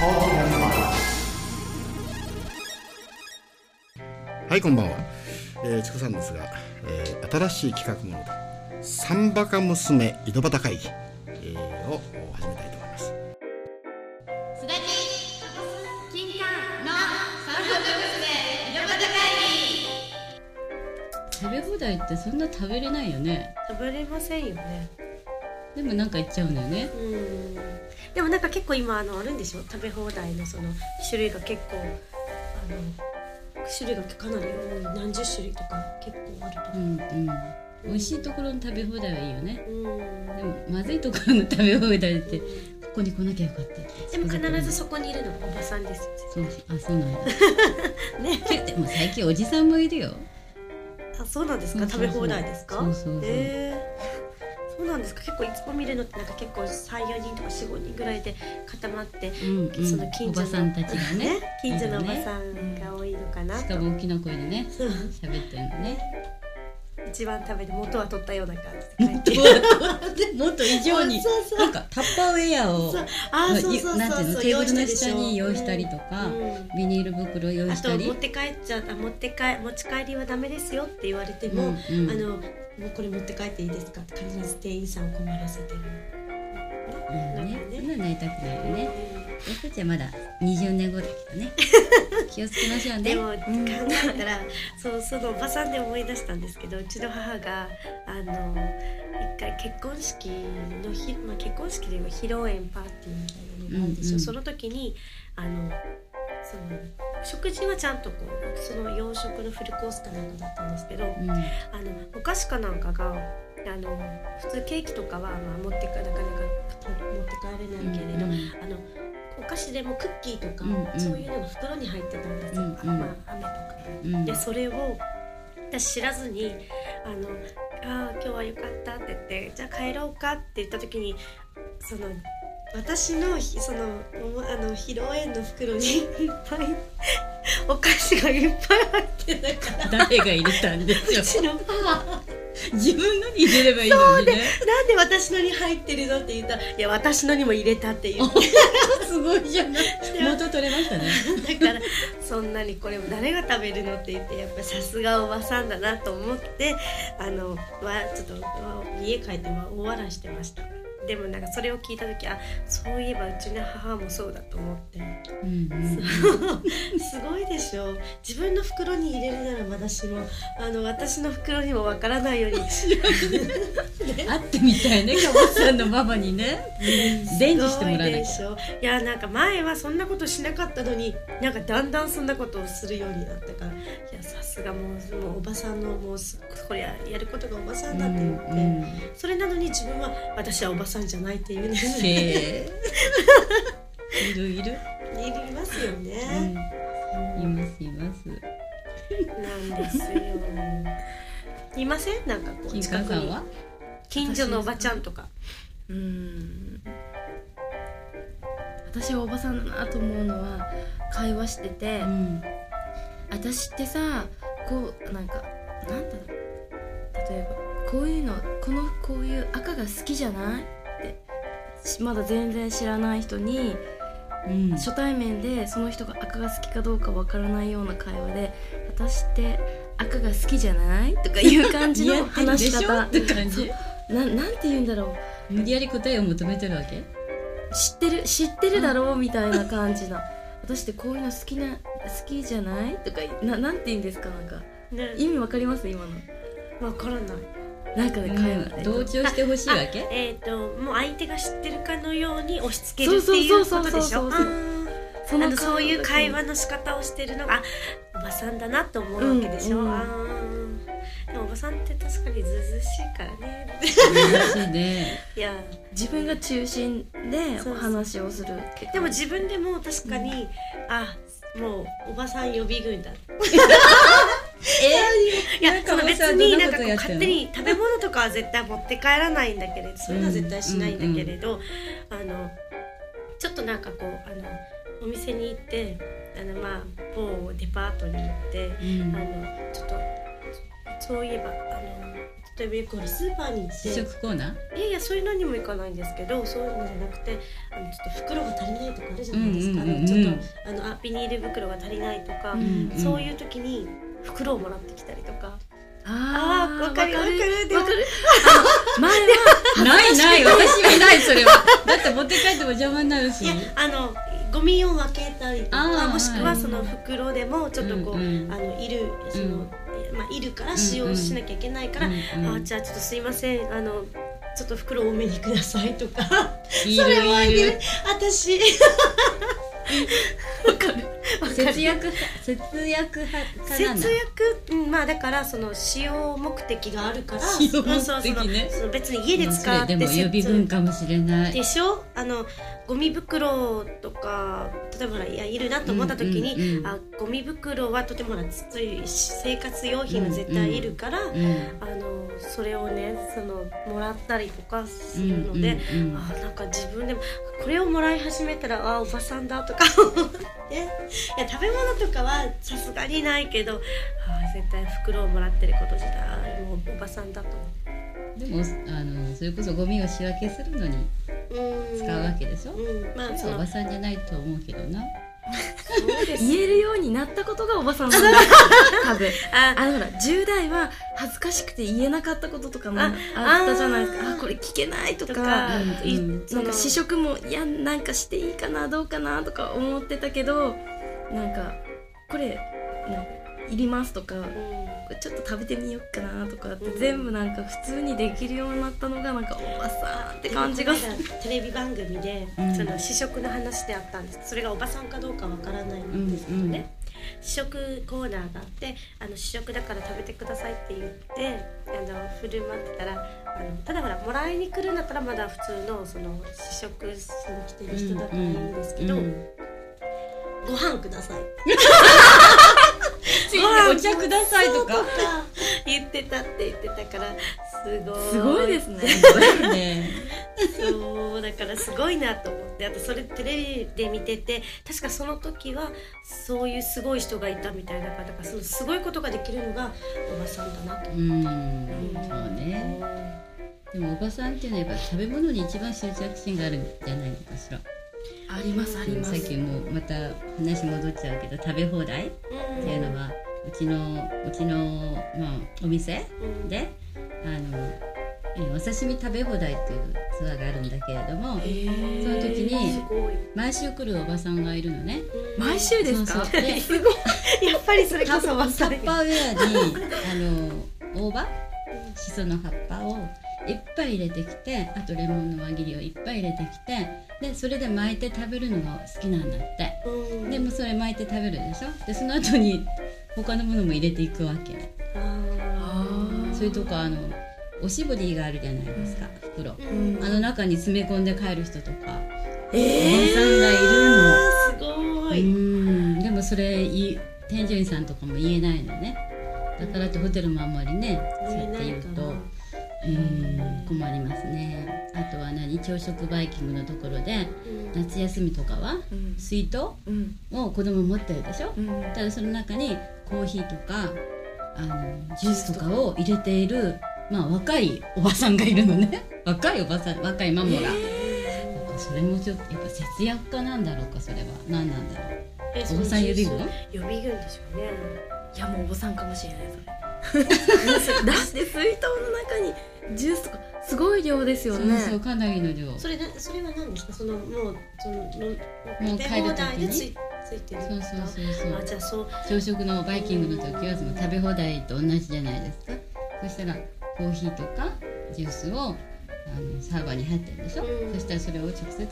はい、こんばんは。ちこさんですが、新しい企画ものでサンバカ娘井戸端会議、を始めたいと思います。 すだち金柑のサンバカ娘井戸端会議。 食べ放題ってそんな食べれないよね。 食べれませんよね。 でもなんか言っちゃうんだよね。 でもなんか結構今あるんでしょ、食べ放題のその種類が結構種類がかなり多い、何十種類とか結構あるとか、 美味しいところの食べ放題はいいよね。でもまずいところの食べ放題ってここに来なきゃよかった。 でも必ずそこにいるのがおばさんですよ。 そうなんやね。 でも最近おじさんもいるよ。 あ、そうなんですか。食べ放題ですか。 そうそうなんですか。結構いつも見るのってなんか結構 3,4 人とか 4,5 人ぐらいで固まって、その近所のおばさんたちがね近所のおばさんが多いのかなと。 しかも大きな声でね喋ってるのね。 一番食べて元は取ったような感じで書いてもっと以上になんかタッパーウェアをなんていうのテーブルの下に用意したりとか、ビニール袋用意したり、 あと持ち帰りはダメですよって言われても、もうこれ持って帰っていいですかって必ず店員さんを困らせてる。 そんななりたくないよね。私たちはまだ20年後だけどね気をつけましょうね。 でも考えたら、そのおばさんで思い出したんですけど、うちの母が一回結婚式の結婚式では披露宴パーティーみたいなのがあるんですよ。その時にその食事はちゃんとこうその洋食のフルコースかなんかだったんですけど、お菓子かなんかが普通ケーキとかは持ってなかなか持って帰れないけれど、お菓子でもクッキーとか、そういうのが袋に入ってたんですよ。飴とか、でそれを私知らずに今日はよかったって言って、じゃあ帰ろうかって言った時に、私の披露宴の袋にいっぱいお菓子がいっぱい入ってたから、 誰が入れたんでしょう。 うちの母自分のに入れればいいのにね。 なんで私のに入ってるのって言ったら、いや私のにも入れたって言ってすごいじゃない元取れましたねだからそんなにこれ誰が食べるのって言って、やっぱりさすがおばさんだなと思って、ちょっと家帰って大笑いしてました。でもなんかそれを聞いた時、そういえばうちの母もそうだと思って、すごいでしょ。自分の袋に入れるならまだしも私の袋にもわからないように会ってみたいね、かぼさんのママにね伝授してもらわなきゃ。 すごいでしょ。いやなんか前はそんなことしなかったのに、なんかだんだんそんなことをするようになったから、いやさすがもうおばさんのこれやることがおばさんだって言って、それなのに自分は私はおばさんじゃないっていうんですね。 いるいますよね。 いますなんですよ。いません？なんかこう近くに近所のおばちゃんとか。 私はおばさんだなと思うのは、会話してて、私ってさ、こうなんだろう、例えばこういう赤が好きじゃないってまだ全然知らない人に、初対面でその人が赤が好きかどうかわからないような会話で、私って赤が好きじゃないとかいう感じの話し方って感じ。 なんて言うんだろう、無理やり答えを求めてるわけ。 知ってるだろうみたいな感じな。私ってこういうの好きじゃないとかなんて言うんですか、なんか、意味わかります今の。 わからない。 なんかね、会話で同調してほしいわけ。 もう相手が知ってるかのように押し付けるっていうことでしょ。そういう会話の仕方をしてるのがおばさんだなと思うわけでしょ。でもおばさんって確かにずうずうしいからね。 ずうずうしいね。 いや自分が中心でお話をする。 でも自分でも確かに、もうおばさん予備軍だ。いやその別になんかこう勝手に食べ物とかは絶対持って帰らないんだけれど、そういうのは絶対しないんだけれど、ちょっとなんかこうお店に行って某デパートに行って、ちょっとそういえば例えばこれスーパーに行って試食コーナー、 いやそういうのにも行かないんですけど、そういうのじゃなくてちょっと袋が足りないとかあるじゃないですか、ちょっとビニール袋が足りないとか、そういう時に袋をもらってきたりとか。わかる。 前はない私はないそれは。だって持って帰っても邪魔になるし。 いやゴミを分けたりとか、もしくはその袋でもちょっとこういるそのいるから使用しなきゃいけないから、じゃあちょっとすいませんちょっと袋多めにくださいとか。それもあげる私。わかる。 節約派かな。 まあだからその使用目的があるから、 使用目的ね。 その別に家で使ってでも予備分かもしれないでしょ。ゴミ袋とか例えばいるなと思った時に、ゴミ袋はとてもそういう生活用品は絶対いるから、それをねもらったりとかするので、なんか自分でもこれをもらい始めたらおばさんだとか思って、いや食べ物とかはさすがにないけど、絶対袋をもらってること自体もうおばさんだと思って。 でもそれこそゴミを仕分けするのに使うわけでしょ。おばさんじゃないと思うけどな。 言えるようになったことがおばさんなんだ多分。ほら10代は恥ずかしくて言えなかったこととかもあったじゃないですか。これ聞けないとか、なんか試食もなんかしていいかなどうかなとか思ってたけど、なんかこれなんかいりますとか、これちょっと食べてみようかなとかって全部なんか普通にできるようになったのがなんかおばさんって感じがする。 テレビ番組でその試食の話であったんです。それがおばさんかどうかわからないんですけどね、試食コーナーがあって、試食だから食べてくださいって言って振る舞ってたら、ただほらもらいに来るんだったらまだ普通のその試食しに来てる人だったらいいんですけど、ご飯くださいお茶くださいとか言ってたからすごいですね。 そうだからすごいなと思って、あとそれテレビで見てて、確かその時はそういうすごい人がいたみたいだから、だからそのすごいことができるのがおばさんだなと思って。 そうね。でもおばさんっていうのはやっぱ食べ物に一番執着心があるんじゃないのかしら。 あります。 さっきもまた話戻っちゃうけど、食べ放題っていうのはうちのお店でお刺身食べ放題っていうツアーがあるんだけれども、その時に毎週来るおばさんがいるのね。 毎週ですか？ すごい。やっぱりそれこそおばさん。 タッパーウェアに大葉、しその葉っぱをいっぱい入れてきて、あとレモンの輪切りをいっぱい入れてきて、でそれで巻いて食べるのが好きなんだって。でもそれ巻いて食べるでしょ。でその後に他のものも入れていくわけ。それとかおしぼりがあるじゃないですか、袋。中に詰め込んで帰る人とか、おばさんがいるの。 すごい。 でもそれ添乗員さんとかも言えないのね。だからってホテルもあんまりね、そうやって言うと困りますね。あとは朝食バイキングのところで、夏休みとかは水筒を子供持ってるでしょ。ただその中にコーヒーとかジュースとかを入れている、若いおばさんがいるのね。若いおばさん、若いママが。それもちょっとやっぱ節約家なんだろうか。それは何なんだろう。おばさん予備軍？ 予備軍でしょうね。 いやもうおばさんかもしれないそれ。出して水筒の中にジュースとかすごい量ですよね。 そうかなりの量。 それは何ですか？もう帰る時についてるんですか？ そうじゃあそう朝食のバイキングの時はその食べ放題と同じじゃないですか。そしたらコーヒーとかジュースをサーバーに入ってるでしょ。そしたらそれを直接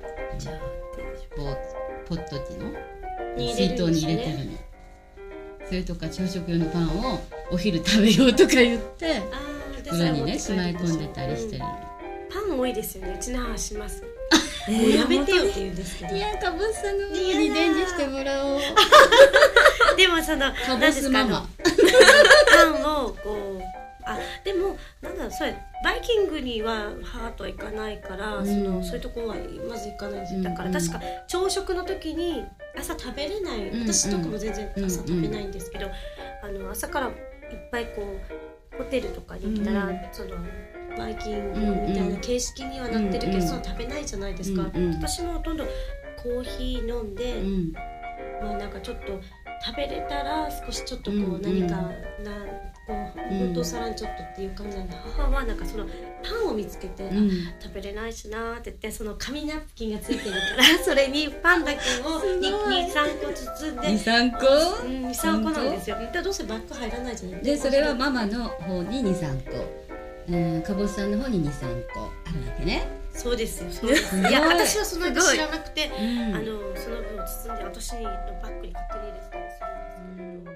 ポット地の水筒に入れてるの。それとか朝食用のパンをお昼食べようとか言って袋にねしまい込んでたりしてるの。 パン多いですよね。うちの母します。もうやめてよって言うんですけど。 いやかぼすさんの上に伝授してもらおう。 でもかぼすママパンをこうでもそれバイキングには母とは行かないから、そういうとこはまず行かないです。だから確か朝食の時に朝食べれない、私とかも全然朝食べないんですけど、朝からいっぱいこうホテルとかに行ったら、そのバイキングみたいな形式にはなってるけど、そう食べないじゃないですか。私もほとんどコーヒー飲んで、まあなんかちょっと食べれたら少しちょっとこう何か本当さらにちょっとっていう感じなんで、母はなんかそのパンを見つけて、食べれないしなーって言って、その紙ナプキンがついてるからそれにパンだけを 2,3 個包んで 2,3 個 2,3 個なんですよ。でどうせバッグ入らないじゃないで、それはママの方に 2,3 個、かぼすさんの方に 2,3 個あるわけね。 そうですよ。いや私はその間知らなくて、その分を包んで私のバッグに勝手に入れてたりするんですけど。